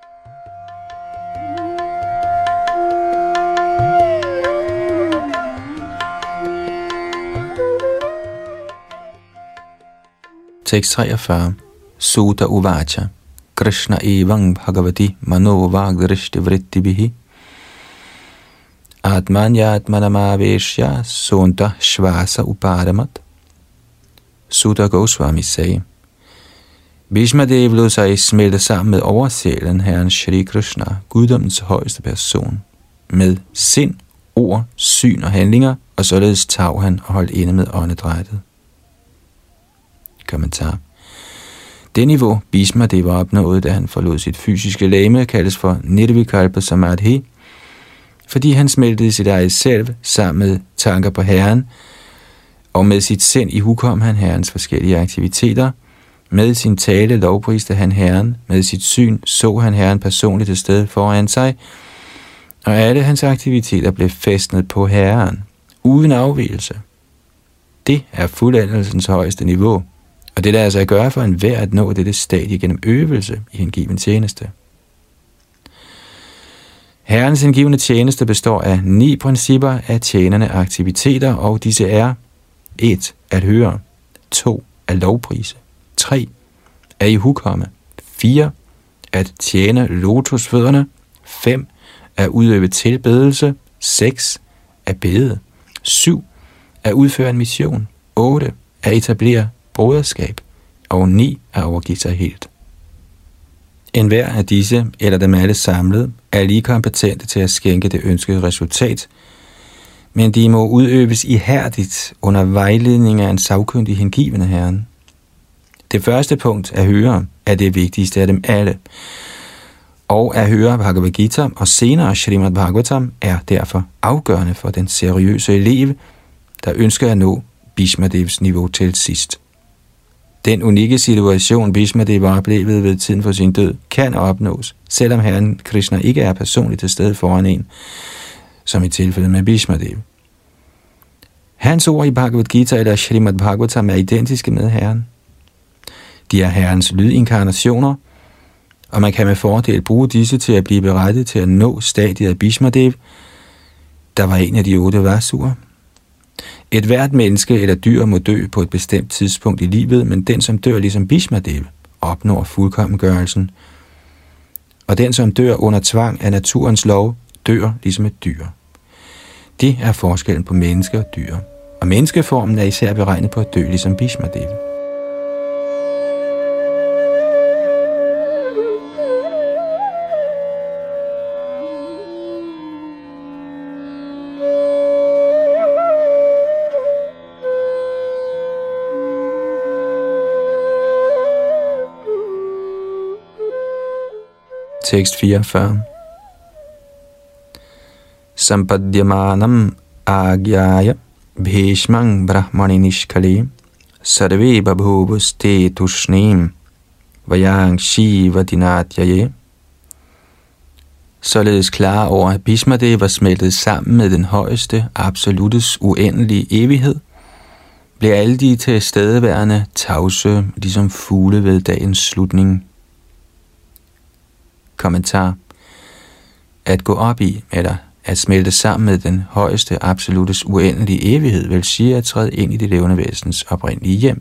Tekst treogfyrre. Sutta Uvacha Krishna evang bhagavati mano vagdrishti vrittibhihi Atmanyatmanamaveshya sonta shvasa uparamat. Sutta Goswami sagde, Bhishma Dev lod sig smelte sammen med oversjælen, herren Shri Krishna, guddommens højeste person, med sind, ord, syn og handlinger, og således tav han og holdt inde med åndedrættet. Kommentar. Det niveau, Bhishma Dev opnåede, da han forlod sit fysiske legeme, kaldes for Nirvikalpa Samadhi, fordi han smeltede sit eget selv sammen med tanker på Herren, og med sit sind ihukom han Herrens forskellige aktiviteter. Med sin tale lovpriste han Herren, med sit syn så han Herren personligt til stede foran sig, og alle hans aktiviteter blev fæstnet på Herren, uden afvigelse. Det er fuldendelsens højeste niveau, og det lader sig gøre for enhver at nå dette stadie gennem øvelse i hengiven tjeneste. Herrens hengivne tjeneste består af ni principper af tjenende aktiviteter, og disse er et. At høre, to. At lovprise, tre. At ihukomme, fire. At tjene lotusfødderne, fem. At udøve tilbedelse, seks. At bede, syv. At udføre en mission, otte. At etablere broderskab, og ni. At overgive sig helt. En hver af disse, eller dem alle samlet, er lige kompetente til at skænke det ønskede resultat, men de må udøves ihærdigt under vejledning af en sagkyndig hengivende herren. Det første punkt, at høre, er det vigtigste af dem alle, og at høre Bhagavad Gita og senere Srimad Bhagavatam er derfor afgørende for den seriøse elev, der ønsker at nå Bhishma Devs niveau til sidst. Den unikke situation, Bhishma Dev oplevede ved tiden for sin død, kan opnås, selvom herren Krishna ikke er personligt til stede foran en, som i tilfældet med Bhishma Dev. Hans ord i Bhagavad Gita eller Srimad Bhagavatam er identiske med herren. De er herrens lydinkarnationer, og man kan med fordel bruge disse til at blive berettiget til at nå stadiet af Bhishma Dev, der var en af de otte vasuer. Et hvert menneske eller dyr må dø på et bestemt tidspunkt i livet, men den, som dør ligesom Bhishma Dev, opnår fuldkommengørelsen. Og den, som dør under tvang af naturens lov, dør ligesom et dyr. Det er forskellen på menneske og dyr. Og menneskeformen er især beregnet på at dø ligesom Bhishma Dev. Tekst fireogfyrre. Sampadyamanam agyaya bhishmang brahmani nishkale sarve babhuvuste tushnim vayang shivadinatyaye. Således klar over, at Bhishma Dev var smeltet sammen med den højeste, absolutes uendelige evighed, blev alle de til stedeværende tavse, ligesom fugle ved dagens slutning. Kommentar. At gå op i, eller at smelte sammen med den højeste absolutes uendelige evighed, vil sige at træde ind i det levende væsens oprindelige hjem.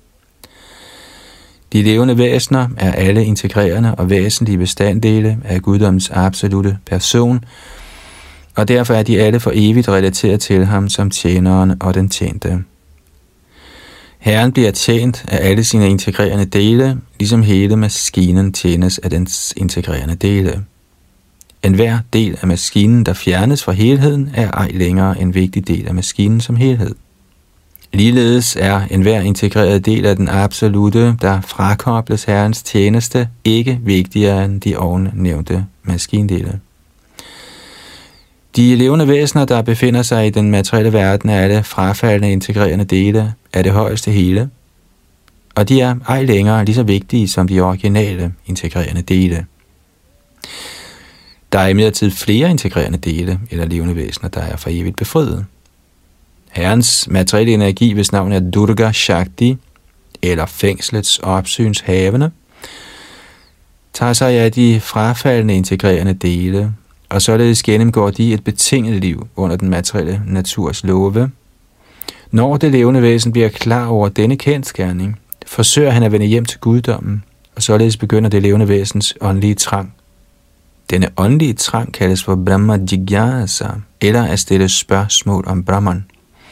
De levende væsener er alle integrerende og væsentlige bestanddele af guddoms absolute person, og derfor er de alle for evigt relateret til ham som tjeneren og den tjente. Herren bliver tjent af alle sine integrerende dele, ligesom hele maskinen tjenes af dens integrerende dele. En hver del af maskinen, der fjernes fra helheden, er ej længere en vigtig del af maskinen som helhed. Ligeledes er enhver integreret del af den absolute, der frakobles herrens tjeneste, ikke vigtigere end de ovennævnte maskindele. De levende væsener, der befinder sig i den materielle verden, er alle frafaldende integrerende dele af det højeste hele, og de er ej længere lige så vigtige som de originale integrerende dele. Der er imidlertid flere integrerende dele eller levende væsener, der er for evigt befriet. Herrens materielle energi, hvis navn er Durga Shakti, eller fængslets opsynshavende, tager sig af de frafaldende integrerende dele, og således gennemgår de et betinget liv under den materielle naturs love. Når det levende væsen bliver klar over denne kendsgerning, forsøger han at vende hjem til guddommen, og således begynder det levende væsens åndelige trang. Denne åndelige trang kaldes for Brahma Jigyasa, eller at stille spørgsmål om Brahman.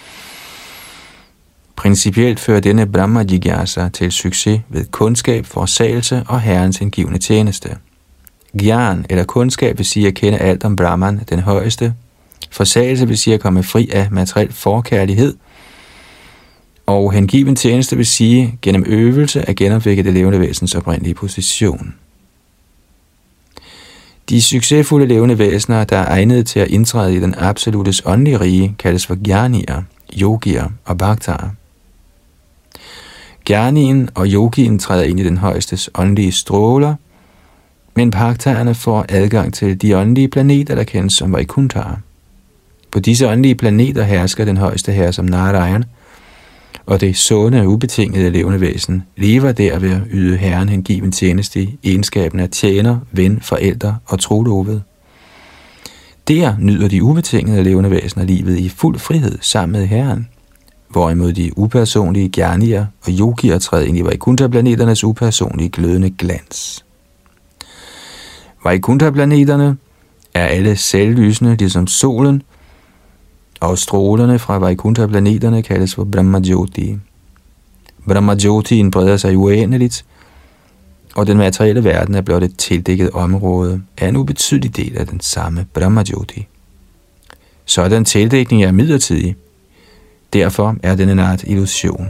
Principielt fører denne Brahma Jigyasa til succes ved kundskab, forsagelse og herrens indgivende tjeneste. Gyan, eller kundskab, vil sige at kende alt om Brahman, den højeste. Forsagelse vil sige at komme fri af materiel forkærlighed. Og hengiven tjeneste vil sige gennem øvelse at genopvække det levende væsens oprindelige position. De succesfulde levende væsener, der er egnede til at indtræde i den absolutes åndelige rige, kaldes for gyanier, yogier og bhaktaer. Gyanien og yogien træder ind i den højestes åndelige stråler, men bhaktaerne får adgang til de åndelige planeter, der kendes som Vaikuntha. På disse åndelige planeter hersker den højeste herre som Narayan, og det sunde, ubetingede levende væsen lever der ved at yde herren hengiven tjeneste i egenskaben af tjener, ven, forælder og trolovet. Der nyder de ubetingede levende væsener livet i fuld frihed sammen med herren, hvorimod de upersonlige gyanier og yogier træder ind i Vaikuntha-planeternes upersonlige glødende glans. Vaikuntha-planeterne er alle selvlysende, ligesom solen, og strålerne fra Vaikuntha-planeterne kaldes for Brahmajyoti. Brahmajyotien breder sig uendeligt, og den materielle verden er blot et tildækket område af en ubetydelig del af den samme Brahmajyoti. Sådan tildækning er midlertidig. Derfor er den en art illusion.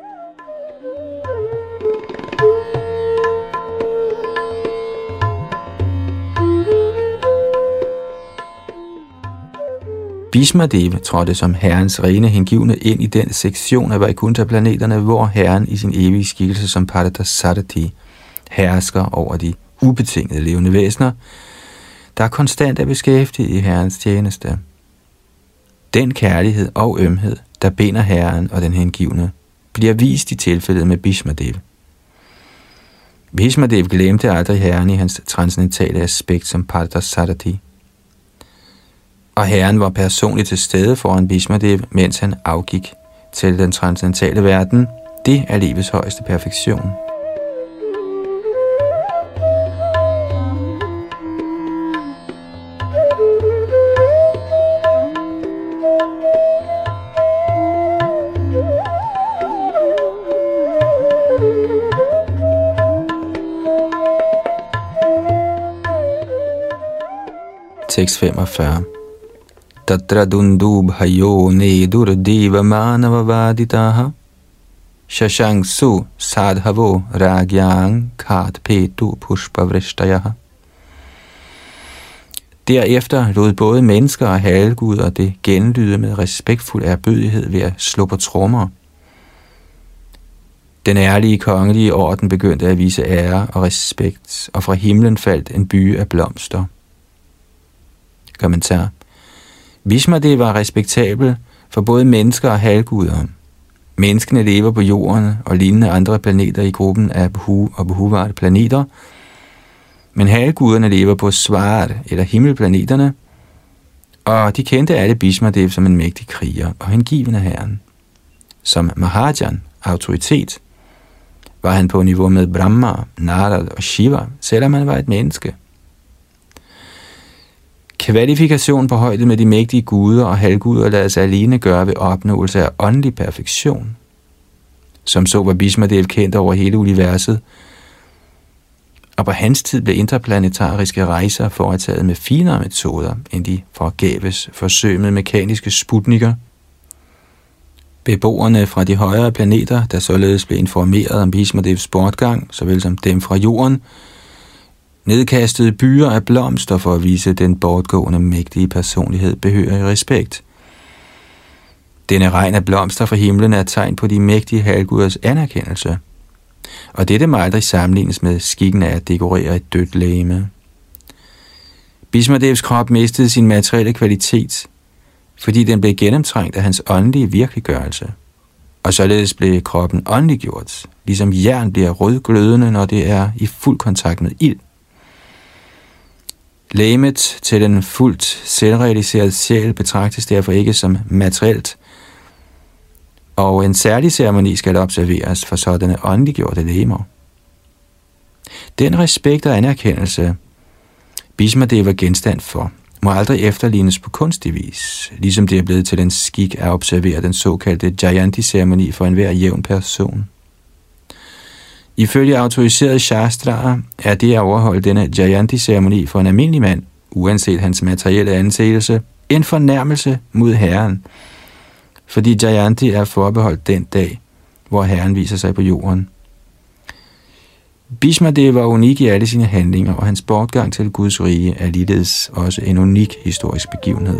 Bhishmadeva trådte som herrens rene hengivne ind i den sektion af Vaikuntha-planeterne, hvor herren i sin evige skikkelse som Parthasarathi hersker over de ubetingede levende væsener, der konstant er beskæftiget i herrens tjeneste. Den kærlighed og ømhed, der binder herren og den hengivne, bliver vist i tilfældet med Bhishmadeva. Bhishmadeva glemte aldrig herren i hans transcendentale aspekt som Parthasarathi. Og herren var personligt til stede foran Bhishmadeva, mens han afgik til den transcendentale verden. Det er livets højeste perfektion. Tekst femogfyrre. Tatra dundubhayo nedur deva manava vaditaha shashangsu sadhavo ragyang kat petu pushpavrishtayaha. Derefter lod både mennesker og halvguder det genlyde med respektfuld ærbødighed ved at slå på trommer. Den ærlige kongelige orden begyndte at vise ære og respekt, og fra himlen faldt en by af blomster. Kommentar. Bhishmadeva var respektabel for både mennesker og halvguder. Menneskene lever på jorden og lignende andre planeter i gruppen af Bhu og Bhuvart planeter, men halvguderne lever på Svar eller himmelplaneterne, og de kendte alle Bhishmadeva som en mægtig kriger og hengiven af herren. Som Mahajan, autoritet, var han på niveau med Brahma, Narad og Shiva, selvom han var et menneske. Kvalifikation på højde med de mægtige guder og halvguder lader sig alene gøre ved opnåelse af åndelig perfektion. Som så var Bhishmadeva kendt over hele universet, og på hans tid blev interplanetariske rejser foretaget med finere metoder end de forgæves forsøg med mekaniske sputnikker. Beboerne fra de højere planeter, der således blev informeret om Bhishmadevs bortgang, såvel som dem fra jorden, Nedkastede byer af blomster for at vise den bortgående mægtige personlighed behørig respekt. Denne regn af blomster fra himlen er et tegn på de mægtige halvguders anerkendelse, og dette må aldrig sammenlignes med skikken af at dekorere et dødt legeme. Bhismadevs krop mistede sin materielle kvalitet, fordi den blev gennemtrængt af hans åndelige virkeliggørelse, og således blev kroppen åndeliggjort, ligesom jern bliver rødglødende, når det er i fuld kontakt med ild. Legemet til den fuldt selvrealiserede sjæl betragtes derfor ikke som materielt, og en særlig ceremoni skal observeres for sådanne åndeliggjorte legemer. Den respekt og anerkendelse, Bhismadev var genstand for, må aldrig efterlignes på kunstig vis, ligesom det er blevet til den skik at observere den såkaldte Jayanti-ceremoni for enhver jævn person. Ifølge autoriserede shastraer er det at overholde denne Jayanti-ceremoni for en almindelig mand, uanset hans materielle anseelse, en fornærmelse mod Herren, fordi Jayanti er forbeholdt den dag, hvor Herren viser sig på jorden. Bhismadev var unik i alle sine handlinger, og hans bortgang til Guds rige er ligeledes også en unik historisk begivenhed.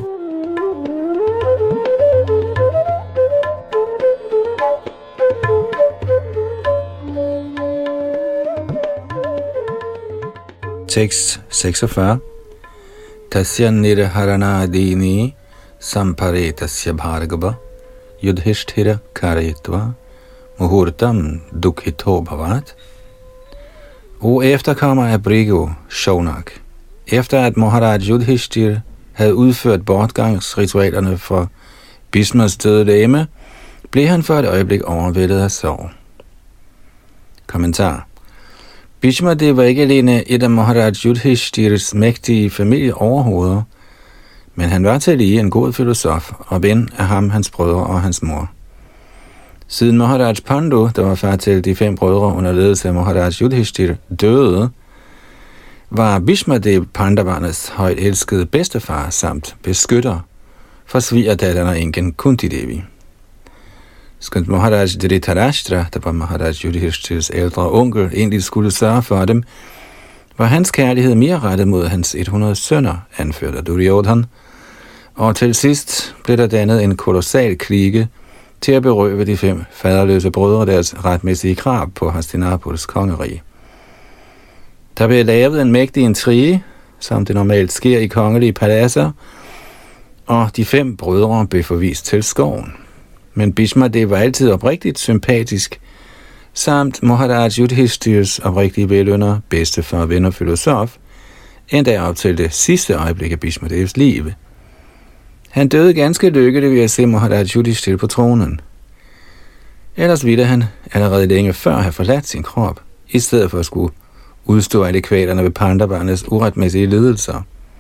Tekst seksogfyrre. Tasya nirharanadini samparetasya bhargava yudhishthira karetva muhurtam dukhito bhavat. O efterkommer af Brigu, Shaunak. Efter at Maharaj Yudhishthir havde udført bortgangsritualerne for Bhismas døde legeme, blev han for et øjeblik overvældet af sorg. Kommentar. Bhismadev var ikke alene et af Maharaj Yudhishthires mægtige familieoverhoveder, men han var til lige en god filosof og ven af ham, hans brødre og hans mor. Siden Maharaj Pandu, der var far til de fem brødre under ledelse af Maharaj Yudhishthir, døde, var Bhismadev Pandavarnes højt elskede bedstefar samt beskytter for svigerdatteren og enken Kunti Devi. Skønt Maharaj Dhritarashtra, der var Maharaj Yudhishthires ældre onkel, egentlig skulle sørge for dem, var hans kærlighed mere rettet mod hans hundrede sønner, anført af Duryodhan, og til sidst blev der dannet en kolossal klike til at berøve de fem faderløse brødre deres retmæssige krav på Hastinapuls kongerige. Der blev lavet en mægtig intrige, som det normalt sker i kongelige paladser, og de fem brødre blev forvist til skoven. Men Bhismadev var altid oprigtigt sympatisk, samt Maharaj Yudhishthires oprigtige velønder, bedstefar, ven og filosof, endda op til det sidste øjeblik af Bhismadevs liv. Han døde ganske lykkelig ved at se Maharaj Yudhishthir på tronen. Ellers ville han allerede længe før have forladt sin krop, i stedet for at skulle udstå alle kvalerne ved Pandavarnes uretmæssige lidelser.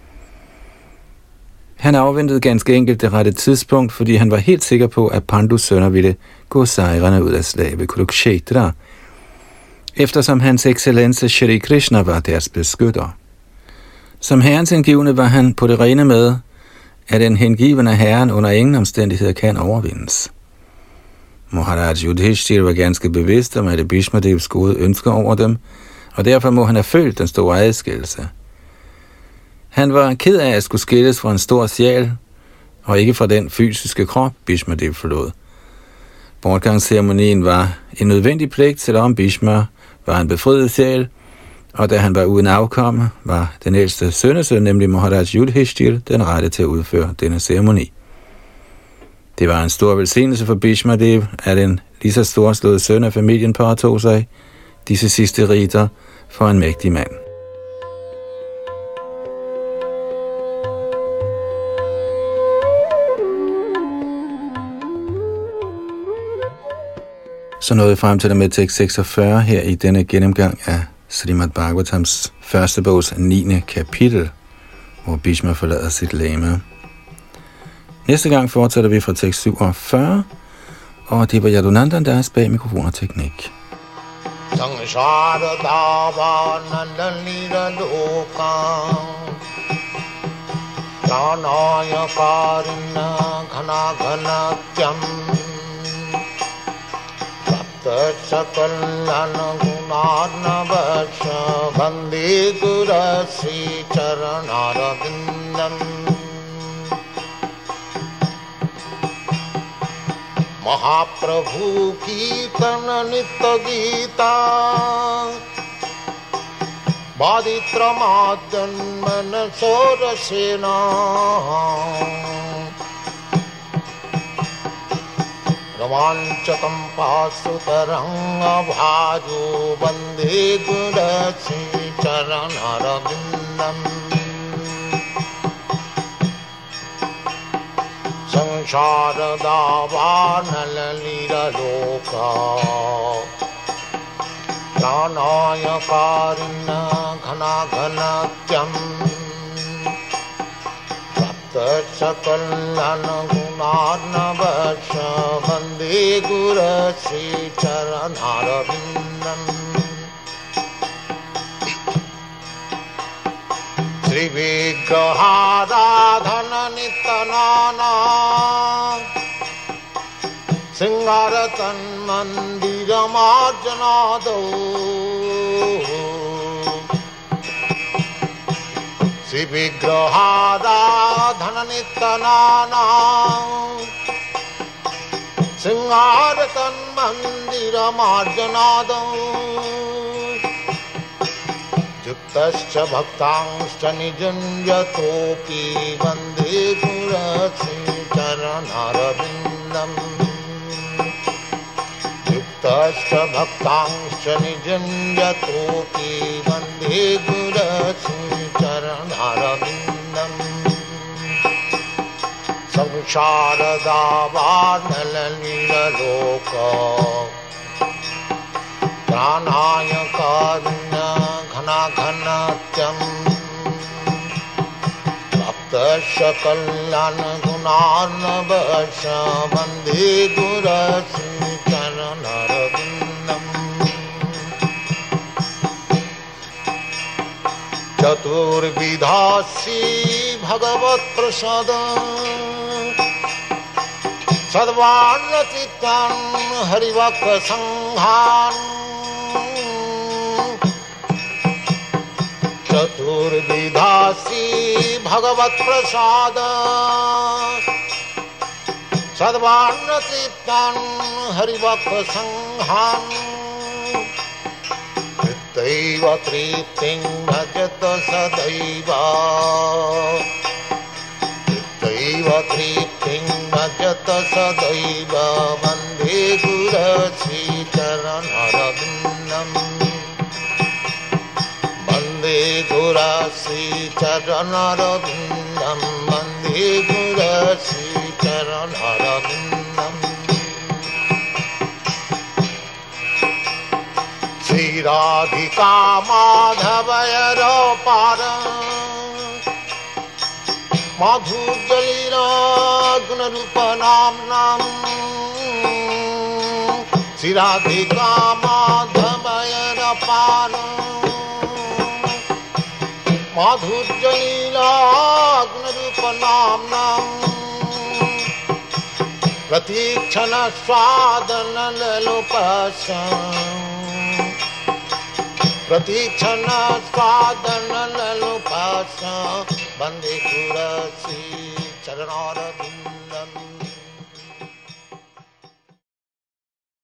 Han afventede ganske enkelt det rette tidspunkt, fordi han var helt sikker på, at Pandus sønner ville gå sejrende ud af slaget ved Kurukshetra, eftersom hans excellence Shri Krishna var deres beskytter. Som herrens hengivne var han på det rene med, at den hengivne herren under ingen omstændigheder kan overvindes. Maharaj Yudhishthir var ganske bevidst om, at Bhismadevs gode ønsker over dem, og derfor må han have følt den store adskillelse. Han var ked af at skulle skilles fra en stor sjæl, og ikke fra den fysiske krop, Bhismadev forlod. Bortgangsceremonien var en nødvendig pligt, selvom Bhisma var en befriet sjæl, og da han var uden afkomme, var den ældste sønnesøn, nemlig Maharaj Yudhishthir, den rette til at udføre denne ceremoni. Det var en stor velsignelse for Bhismadev, at en lige så storslået søn af familien påtog sig disse sidste riter for en mægtig mand. Så nåede vi frem til det med tekst seksogfyrre her i denne gennemgang af Srimad Bhagavatams første bogs niende kapitel, hvor Bhisma forlader sit legeme. Næste gang fortsætter vi fra tekst syvogfyrre, og det var Yadunandan, der er bag mikrofon og teknik. Sakal गुणार्णवश वन्दे गुरश्री चरणारविन्दम् महाप्रभु कीर्तन नित्य गीता बादित्रमाद्यन्मन सोरसेना रोमाञ्चकं पाशुतरङ्गभाजो वन्दे गुरश्री चरणारविन्दम् संसारदावानललीललोका प्राणायकारिण घनाघनत्यम् सप्तशकलनगुणार्णवश वन्दे गुरश्री चरणारविन्दम् श्रीविग्रहाराधन नित्यनाना सिंगारतन्मन्दिरमार्जनादौ श्रीविग्रहाराधन नित्यनाना सिंगारतन्मन्दिरमार्जनादौ युक्तश्च भक्तांश्च निजुञ्जतोऽपि वन्दे गुरश्री चरणारविन्दम् युक्तश्च भक्तांश्च निजुञ्जतोऽपि वन्दे गुरश्री चरणारविन्दम् संसारदावानललीललोका प्राणायकारिण घनाघनत्यम् सप्तशकलनगुणार्णवश वन्दे गुरश्री चरणारविन्दम् चतुर्विधासी भगवत्प्रसाद सर्वान्नचित्तान् हरिभक्तसङ्घान् चतुर्विधासी भगवत्प्रसाद सर्वान्नचित्तान् हरिभक्तसङ्घान् तृप्तैव तृप्तिं भजत सदैव तृप्तैव तृप्तिं भजत सदैव वन्दे गुरश्री चरणारविन्दम् वन्दे गुरश्री चरणारविन्दम् वन्दे गुरश्री चरणारविन्दम् श्रीराधिका माधवयरपार माधुर्यलीलाग्नरूपनाम्नाम् श्रीराधिका माधवयरपार माधुर्यलीलाग्नरूपनाम्नाम् प्रतीक्षण स्वादनलोपश प्रतीक्षण स्वादनलोपश वन्दे गुरश्री चरणारविन्दम्